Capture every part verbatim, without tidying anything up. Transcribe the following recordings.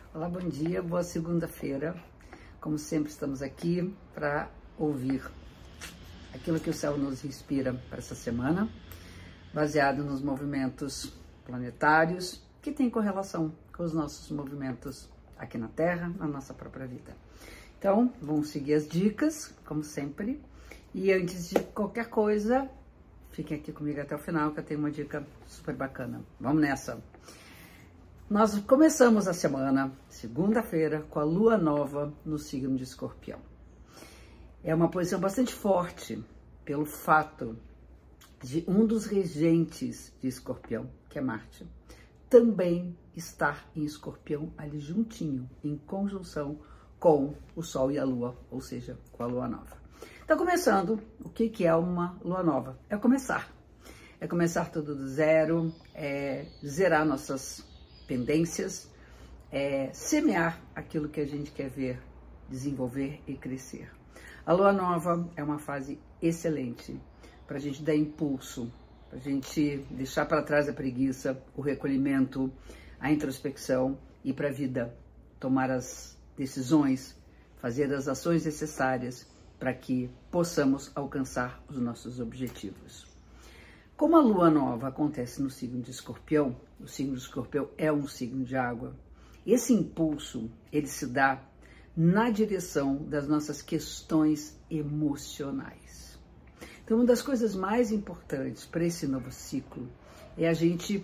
Olá, bom dia, boa segunda-feira. Como sempre, estamos aqui para ouvir aquilo que o céu nos inspira para essa semana, baseado nos movimentos planetários que têm correlação com os nossos movimentos aqui na Terra, na nossa própria vida. Então, vamos seguir as dicas, como sempre. E antes de qualquer coisa, fiquem aqui comigo até o final, que eu tenho uma dica super bacana. Vamos nessa! Nós começamos a semana, segunda-feira, com a lua nova no signo de Escorpião. É uma posição bastante forte pelo fato de um dos regentes de Escorpião, que é Marte, também estar em Escorpião ali juntinho, em conjunção com o Sol e a Lua, ou seja, com a lua nova. Então, começando, o que que é uma lua nova? É começar. É começar tudo do zero, é zerar nossas pendências, é semear aquilo que a gente quer ver, desenvolver e crescer. A lua nova é uma fase excelente para a gente dar impulso, para a gente deixar para trás a preguiça, o recolhimento, a introspecção e para a vida tomar as decisões, fazer as ações necessárias para que possamos alcançar os nossos objetivos. Como a lua nova acontece no signo de Escorpião, o signo de Escorpião é um signo de água, esse impulso, ele se dá na direção das nossas questões emocionais. Então, uma das coisas mais importantes para esse novo ciclo é a gente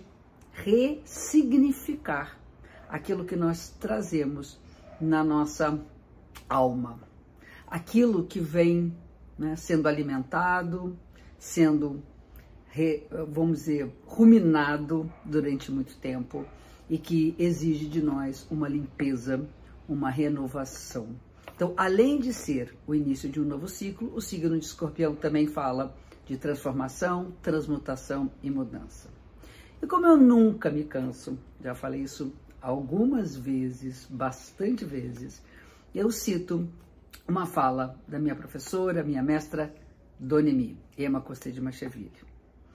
ressignificar aquilo que nós trazemos na nossa alma. Aquilo que vem, né, sendo alimentado, sendo vamos dizer, ruminado durante muito tempo e que exige de nós uma limpeza, uma renovação. Então, além de ser o início de um novo ciclo, o signo de Escorpião também fala de transformação, transmutação e mudança. E como eu nunca me canso, já falei isso algumas vezes, bastante vezes, eu cito uma fala da minha professora, minha mestra, Dona Emi, Emma Costei de Machiavelli.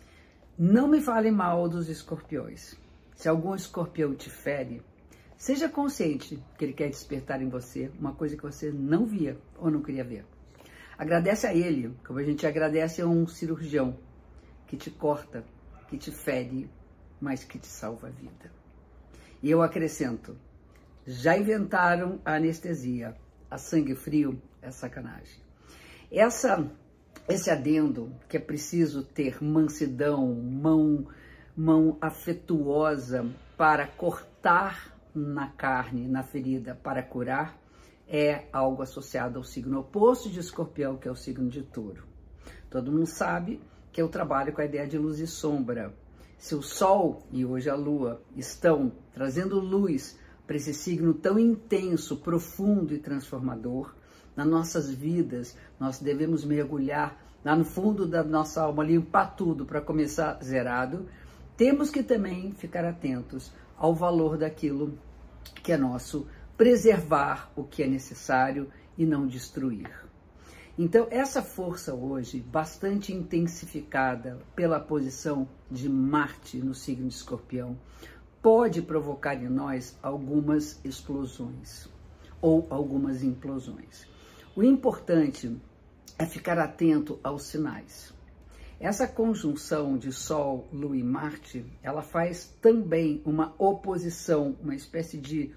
Não me fale mal dos escorpiões. Se algum escorpião te fere, seja consciente que ele quer despertar em você uma coisa que você não via ou não queria ver. Agradece a ele, como a gente agradece a um cirurgião que te corta, que te fere, mas que te salva a vida. E eu acrescento, já inventaram a anestesia. A sangue frio é sacanagem. Essa... Esse adendo que é preciso ter mansidão, mão, mão afetuosa para cortar na carne, na ferida, para curar, é algo associado ao signo oposto de Escorpião, que é o signo de Touro. Todo mundo sabe que eu trabalho com a ideia de luz e sombra. Se o Sol e hoje a Lua estão trazendo luz para esse signo tão intenso, profundo e transformador, nas nossas vidas, nós devemos mergulhar lá no fundo da nossa alma, limpar tudo para começar zerado. Temos que também ficar atentos ao valor daquilo que é nosso, preservar o que é necessário e não destruir. Então, essa força hoje, bastante intensificada pela posição de Marte no signo de Escorpião, pode provocar em nós algumas explosões ou algumas implosões. O importante é ficar atento aos sinais. Essa conjunção de Sol, Lua e Marte, ela faz também uma oposição, uma espécie de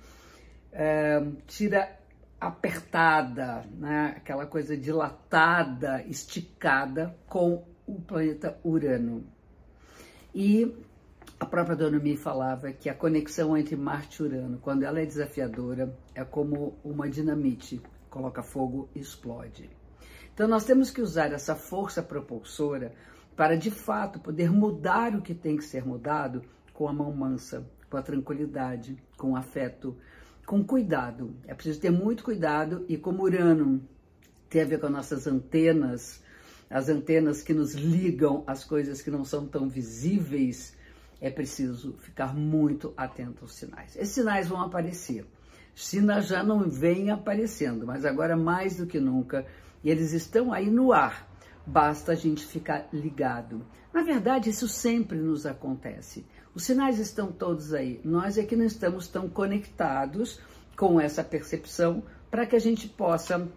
é, tira apertada, né? Aquela coisa dilatada, esticada com o planeta Urano. E a própria Dona Emi falava que a conexão entre Marte e Urano, quando ela é desafiadora, é como uma dinamite. Coloca fogo e explode. Então, nós temos que usar essa força propulsora para, de fato, poder mudar o que tem que ser mudado com a mão mansa, com a tranquilidade, com o afeto, com cuidado. É preciso ter muito cuidado e como Urano tem a ver com as nossas antenas, as antenas que nos ligam às coisas que não são tão visíveis, é preciso ficar muito atento aos sinais. Esses sinais vão aparecer. Sinais já não vêm aparecendo, mas agora mais do que nunca, eles estão aí no ar. Basta a gente ficar ligado. Na verdade, isso sempre nos acontece. Os sinais estão todos aí. Nós é que não estamos tão conectados com essa percepção para que a gente possa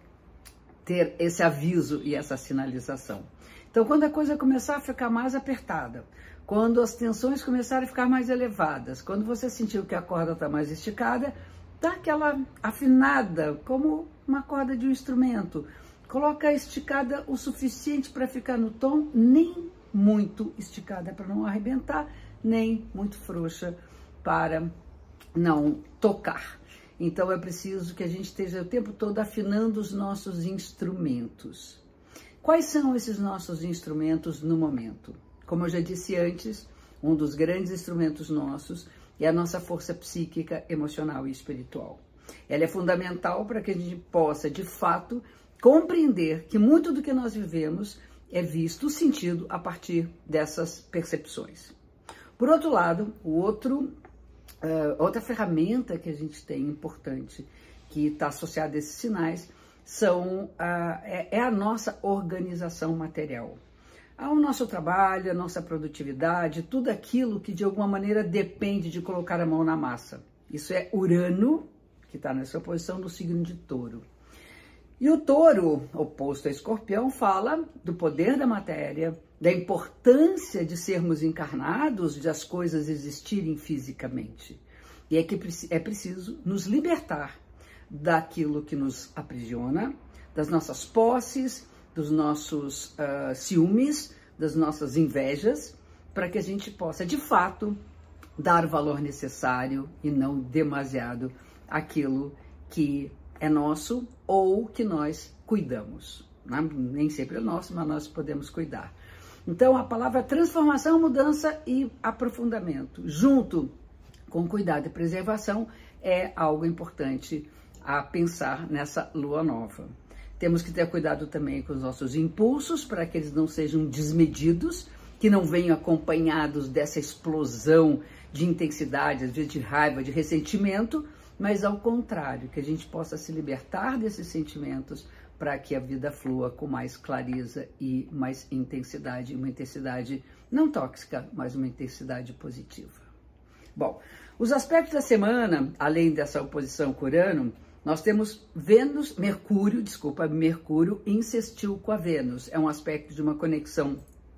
ter esse aviso e essa sinalização. Então, quando a coisa começar a ficar mais apertada, quando as tensões começarem a ficar mais elevadas, quando você sentir que a corda está mais esticada, dá aquela afinada, como uma corda de um instrumento. Coloca esticada o suficiente para ficar no tom, nem muito esticada para não arrebentar, nem muito frouxa para não tocar. Então é preciso que a gente esteja o tempo todo afinando os nossos instrumentos. Quais são esses nossos instrumentos no momento? Como eu já disse antes, um dos grandes instrumentos nossos é a nossa força psíquica, emocional e espiritual. Ela é fundamental para que a gente possa, de fato, compreender que muito do que nós vivemos é visto, sentido a partir dessas percepções. Por outro lado, o outro, uh, outra ferramenta que a gente tem importante, que está associada a esses sinais, são, uh, é, é a nossa organização material. O nosso trabalho, a nossa produtividade, tudo aquilo que de alguma maneira depende de colocar a mão na massa. Isso é Urano, que está nessa posição no signo de Touro. E o Touro, oposto a Escorpião, fala do poder da matéria, da importância de sermos encarnados, de as coisas existirem fisicamente. E é que é preciso nos libertar daquilo que nos aprisiona, das nossas posses, dos nossos uh, ciúmes, das nossas invejas, para que a gente possa, de fato, dar o valor necessário e não demasiado àquilo que é nosso ou que nós cuidamos. Né? Nem sempre é nosso, mas nós podemos cuidar. Então, a palavra transformação, mudança e aprofundamento, junto com cuidado e preservação, é algo importante a pensar nessa lua nova. Temos que ter cuidado também com os nossos impulsos, para que eles não sejam desmedidos, que não venham acompanhados dessa explosão de intensidade, às vezes de raiva, de ressentimento, mas ao contrário, que a gente possa se libertar desses sentimentos para que a vida flua com mais clareza e mais intensidade, uma intensidade não tóxica, mas uma intensidade positiva. Bom, os aspectos da semana, além dessa oposição com Urano, nós temos Vênus, Mercúrio, desculpa, Mercúrio insistiu com a Vênus. É um aspecto de uma conexão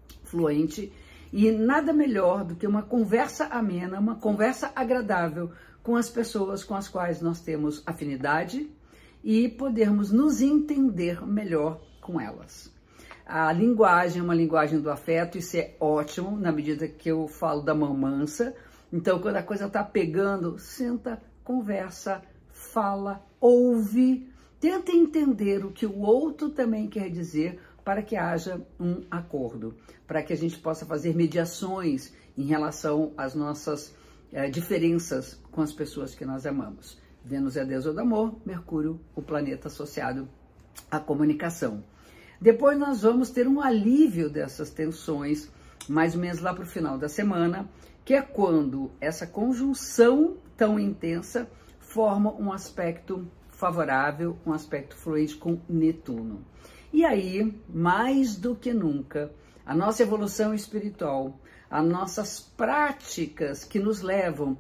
fluente e nada melhor do que uma conversa amena, uma conversa agradável com as pessoas com as quais nós temos afinidade e podermos nos entender melhor com elas. A linguagem é uma linguagem do afeto, isso é ótimo, na medida que eu falo da mão mansa. Então, quando a coisa está pegando, senta, conversa, fala, ouve, tenta entender o que o outro também quer dizer para que haja um acordo, para que a gente possa fazer mediações em relação às nossas eh, diferenças com as pessoas que nós amamos. Vênus é a deusa do amor, Mercúrio, o planeta associado à comunicação. Depois nós vamos ter um alívio dessas tensões, mais ou menos lá para o final da semana, que é quando essa conjunção tão intensa forma um aspecto favorável, um aspecto fluente com Netuno. E aí, mais do que nunca, a nossa evolução espiritual, as nossas práticas que nos levam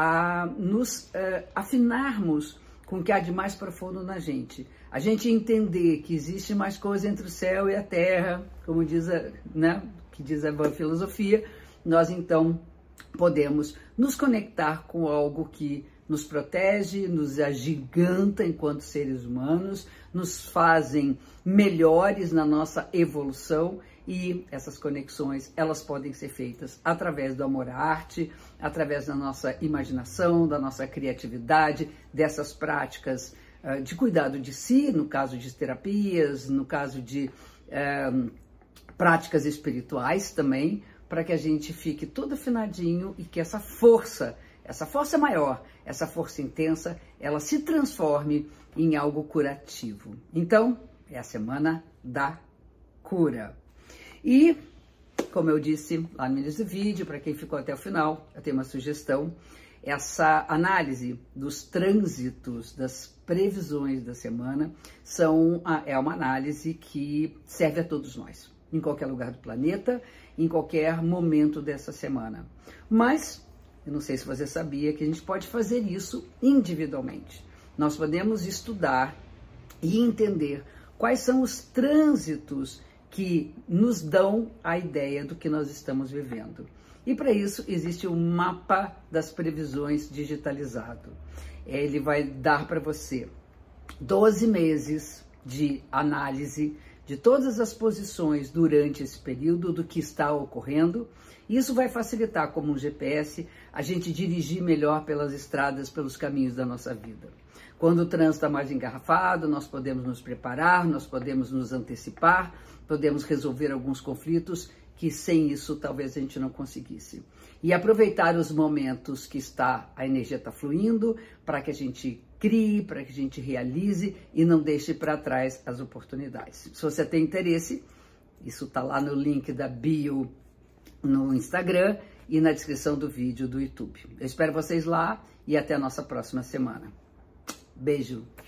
a nos uh, afinarmos com o que há de mais profundo na gente. A gente entender que existe mais coisa entre o céu e a terra, como diz a, né, que diz a boa filosofia, nós então podemos nos conectar com algo que nos protege, nos agiganta enquanto seres humanos, nos fazem melhores na nossa evolução e essas conexões, elas podem ser feitas através do amor à arte, através da nossa imaginação, da nossa criatividade, dessas práticas uh, de cuidado de si, no caso de terapias, no caso de uh, práticas espirituais também, para que a gente fique todo afinadinho e que essa força, essa força maior, essa força intensa, ela se transforme em algo curativo. Então, é a semana da cura. E, como eu disse lá no início do vídeo, para quem ficou até o final, eu tenho uma sugestão. Essa análise dos trânsitos, das previsões da semana, são, é uma análise que serve a todos nós, em qualquer lugar do planeta, em qualquer momento dessa semana. Mas eu não sei se você sabia que a gente pode fazer isso individualmente. nós podemos estudar e entender quais são os trânsitos que nos dão a ideia do que nós estamos vivendo. E para isso existe o mapa das previsões digitalizado. Ele vai dar para você doze meses de análise de todas as posições durante esse período do que está ocorrendo. Isso vai facilitar, como um G P S, a gente dirigir melhor pelas estradas, pelos caminhos da nossa vida. Quando o trânsito está mais engarrafado, nós podemos nos preparar, nós podemos nos antecipar, podemos resolver alguns conflitos que sem isso talvez a gente não conseguisse. E aproveitar os momentos que está, a energia está fluindo, para que a gente crie, para que a gente realize e não deixe para trás as oportunidades. Se você tem interesse, isso está lá no link da bio no Instagram e na descrição do vídeo do YouTube. Eu espero vocês lá e até a nossa próxima semana. Beijo!